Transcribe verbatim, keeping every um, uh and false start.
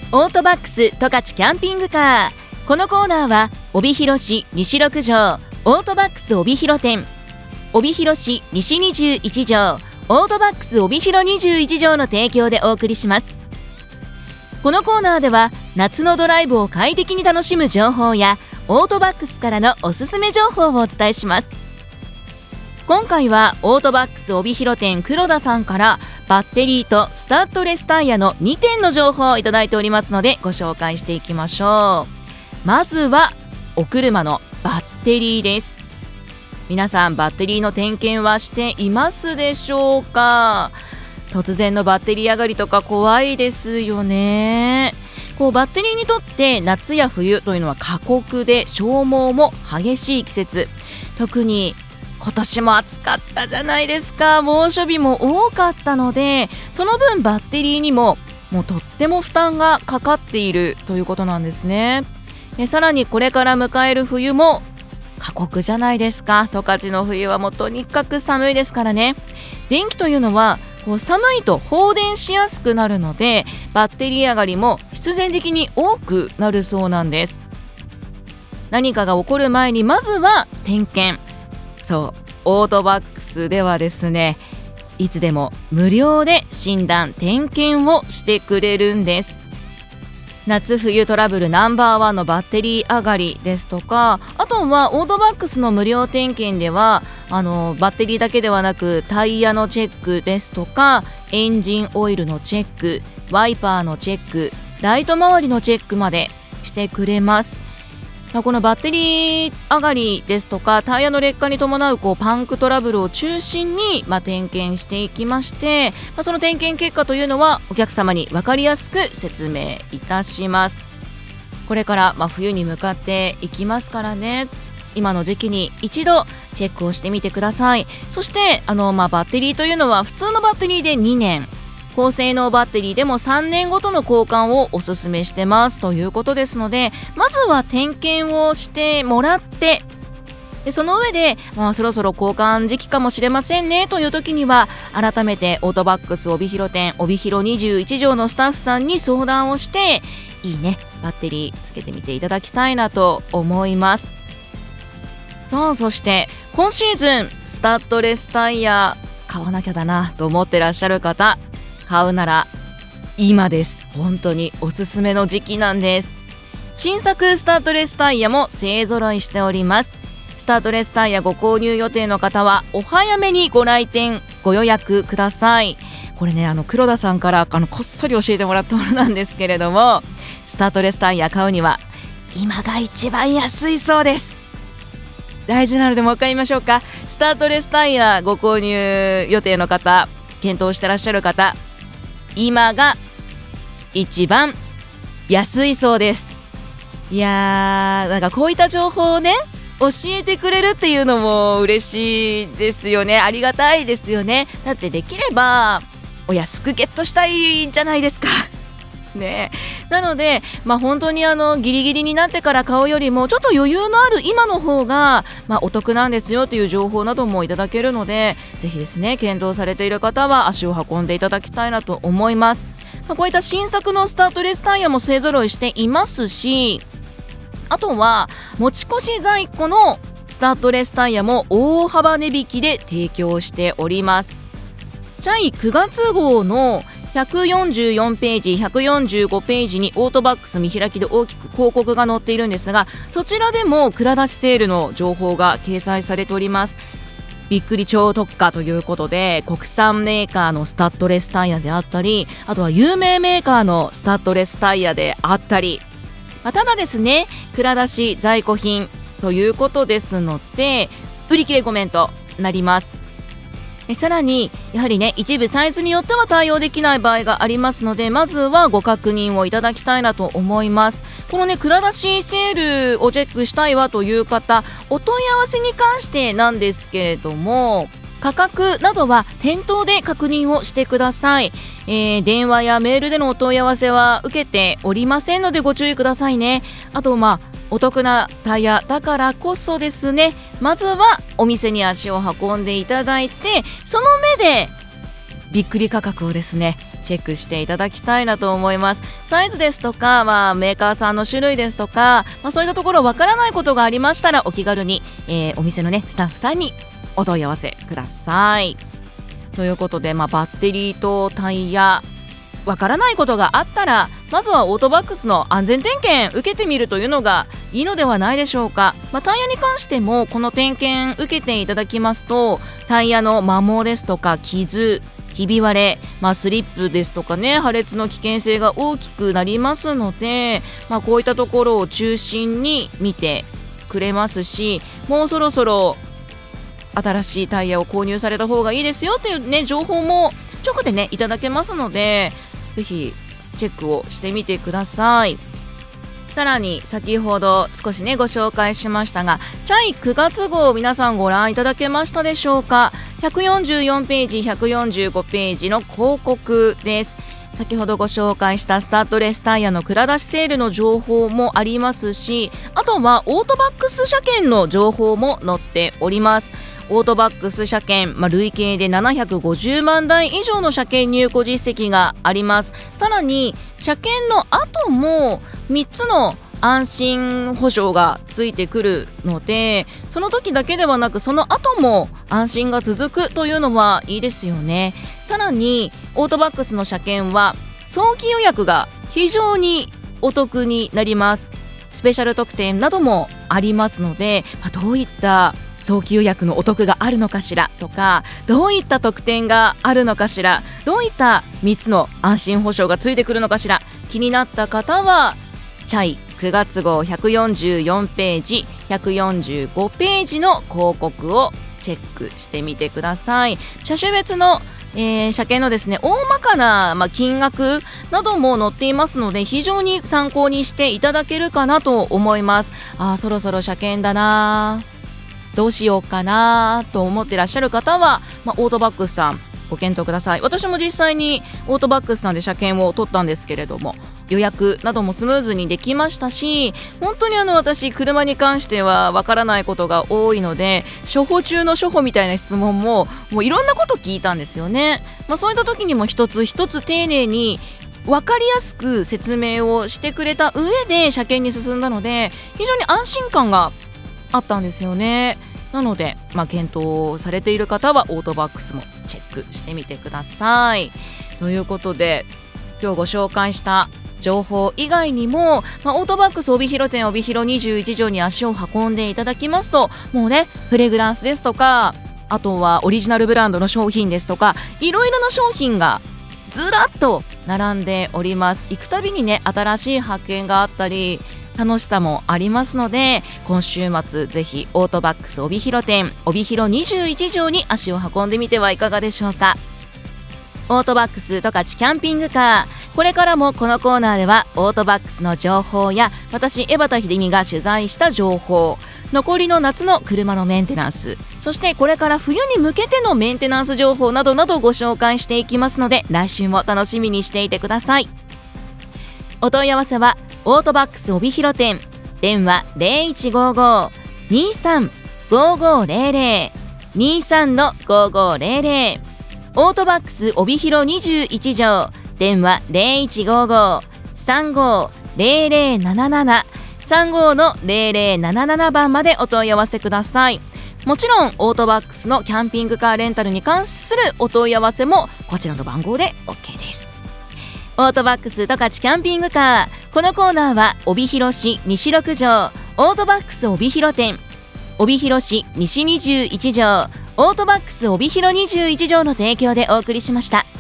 オートバックス十勝キャンピングカー。このコーナーは帯広市西ろく条オートバックス帯広店、帯広市西にじゅういち条オートバックス帯広にじゅういち条の提供でお送りします。このコーナーでは夏のドライブを快適に楽しむ情報やオートバックスからのおすすめ情報をお伝えします。今回はオートバックス帯広店黒田さんからバッテリーとスタッドレスタイヤのにてんの情報をいただいておりますのでご紹介していきましょう。まずはお車のバッテリーです。皆さんバッテリーの点検はしていますでしょうか。突然のバッテリー上がりとか怖いですよね。こうバッテリーにとって夏や冬というのは過酷で消耗も激しい季節、特に今年も暑かったじゃないですか。猛暑日も多かったので、その分バッテリーにももうとっても負担がかかっているということなんですね。でさらにこれから迎える冬も過酷じゃないですか。十勝の冬はもうとにかく寒いですからね。電気というのはこう寒いと放電しやすくなるので、バッテリー上がりも必然的に多くなるそうなんです。何かが起こる前にまずは点検。そう、オートバックスではですね、いつでも無料で診断点検をしてくれるんです。夏冬トラブルナンバーワンのバッテリー上がりですとか、あとはオートバックスの無料点検ではあのバッテリーだけではなくタイヤのチェックですとか、エンジンオイルのチェック、ワイパーのチェック、ライト周りのチェックまでしてくれます。このバッテリー上がりですとかタイヤの劣化に伴うこうパンクトラブルを中心に、まあ、点検していきまして、まあ、その点検結果というのはお客様に分かりやすく説明いたします。これから、まあ、冬に向かっていきますからね、今の時期に一度チェックをしてみてください。そしてあの、まあ、バッテリーというのは普通のバッテリーでにねん、高性能バッテリーでもさんねんごとの交換をお勧めしてますということですので、まずは点検をしてもらって、でその上で、まあ、そろそろ交換時期かもしれませんねという時には改めてオートバックス帯広店帯広にじゅういち条のスタッフさんに相談をして、いいねバッテリーつけてみていただきたいなと思います。さあ、そして今シーズンスタッドレスタイヤ買わなきゃだなと思ってらっしゃる方、買うなら今です。本当におすすめの時期なんです。新作スタッドレスタイヤも勢ぞろいしております。スタッドレスタイヤご購入予定の方はお早めにご来店ご予約ください。これね、あの黒田さんからあのこっそり教えてもらったものなんですけれども、スタッドレスタイヤ買うには今が一番安いそうです。大事なのでもう一回言いましょうか。スタッドレスタイヤご購入予定の方、検討してらっしゃる方、今が一番安いそうです。いやー、なんかこういった情報をね教えてくれるっていうのも嬉しいですよね。ありがたいですよね。だってできればお安くゲットしたいじゃないですかね。なので、まあ、本当にあのギリギリになってから買うよりもちょっと余裕のある今の方が、まあ、お得なんですよという情報などもいただけるので、ぜひですね検討されている方は足を運んでいただきたいなと思います。まあ、こういった新作のスタッドレスタイヤも勢ぞろいしていますし、あとは持ち越し在庫のスタッドレスタイヤも大幅値引きで提供しております。チャイくがつ号のひゃくよんじゅうよんページひゃくよんじゅうごページにオートバックス見開きで大きく広告が載っているんですが、そちらでも蔵出しセールの情報が掲載されております。びっくり超特価ということで、国産メーカーのスタッドレスタイヤであったり、あとは有名メーカーのスタッドレスタイヤであったり、まあ、ただですね蔵出し在庫品ということですので売り切れごめんとなります。えさらにやはりね、一部サイズによっては対応できない場合がありますので、まずはご確認をいただきたいなと思います。このね蔵出しセールをチェックしたいわという方、お問い合わせに関してなんですけれども、価格などは店頭で確認をしてください。えー、電話やメールでのお問い合わせは受けておりませんのでご注意くださいね。あとまあお得なタイヤだからこそですね、まずはお店に足を運んでいただいて、その目でびっくり価格をですねチェックしていただきたいなと思います。サイズですとか、まあ、メーカーさんの種類ですとか、まあ、そういったところわからないことがありましたらお気軽に、えー、お店のねスタッフさんにお問い合わせください。ということで、まあ、バッテリーとタイヤわからないことがあったら、まずはオートバックスの安全点検受けてみるというのがいいのではないでしょうか。まあ、タイヤに関してもこの点検受けていただきますと、タイヤの摩耗ですとか傷、ひび割れ、まあ、スリップですとかね、破裂の危険性が大きくなりますので、まあ、こういったところを中心に見てくれますし、もうそろそろ新しいタイヤを購入された方がいいですよっていうね情報も直でねいただけますので、ぜひチェックをしてみてください。さらに先ほど少しねご紹介しましたが、チャイくがつ号皆さんご覧いただけましたでしょうか。ひゃくよんじゅうよんページひゃくよんじゅうごページの広告です。先ほどご紹介したスタッドレスタイヤの蔵出しセールの情報もありますし、あとはオートバックス車検の情報も載っております。オートバックス車検、まあ、累計でななひゃくごじゅうまんだい以上の車検入庫実績があります。さらに車検の後もみっつの安心保証がついてくるので、その時だけではなくその後も安心が続くというのはいいですよね。さらにオートバックスの車検は早期予約が非常にお得になります。スペシャル特典などもありますので、まあ、どういった早期予約のお得があるのかしらとか、どういった特典があるのかしら、どういったみっつの安心保証がついてくるのかしら、気になった方はチャイくがつ号ひゃくよんじゅうよんページひゃくよんじゅうごページの広告をチェックしてみてください。車種別のえー、車検のですね大まかな、まあ、金額なども載っていますので、非常に参考にしていただけるかなと思います。あー、そろそろ車検だな、どうしようかなと思ってらっしゃる方は、まあ、オートバックスさんご検討ください。私も実際にオートバックスさんで車検を取ったんですけれども、予約などもスムーズにできましたし、本当にあの私車に関してはわからないことが多いので、処方中の処方みたいな質問ももういろんなこと聞いたんですよね。まあ、そういった時にも一つ一つ丁寧に分かりやすく説明をしてくれた上で車検に進んだので、非常に安心感があったんですよね。なので、まあ、検討されている方はオートバックスもチェックしてみてください。ということで、今日ご紹介した情報以外にも、まあ、オートバックス帯広店帯広にじゅういち条に足を運んでいただきますと、もうねフレグランスですとか、あとはオリジナルブランドの商品ですとか、いろいろな商品がずらっと並んでおります。行くたびにね新しい発見があったり楽しさもありますので、今週末ぜひオートバックス帯広店帯広にじゅういち条に足を運んでみてはいかがでしょうか。オートバックス十勝キャンピングカー、これからもこのコーナーではオートバックスの情報や、私江端秀美が取材した情報、残りの夏の車のメンテナンス、そしてこれから冬に向けてのメンテナンス情報などなどご紹介していきますので、来週も楽しみにしていてください。お問い合わせはオートバックス帯広店、電話 ゼロいちごご にさん ごごゼロゼロ にさん ごごゼロゼロ、オートバックス帯広にじゅういち条、電話 ゼロいちごご さんご ゼロゼロなななな さんご のゼロゼロなななな番までお問い合わせください。もちろんオートバックスのキャンピングカーレンタルに関するお問い合わせもこちらの番号で OK です。オートバックス十勝キャンピングカー、このコーナーは帯広市西ろく条オートバックス帯広店、帯広市西にじゅういち条オートバックス帯広にじゅういち条の提供でお送りしました。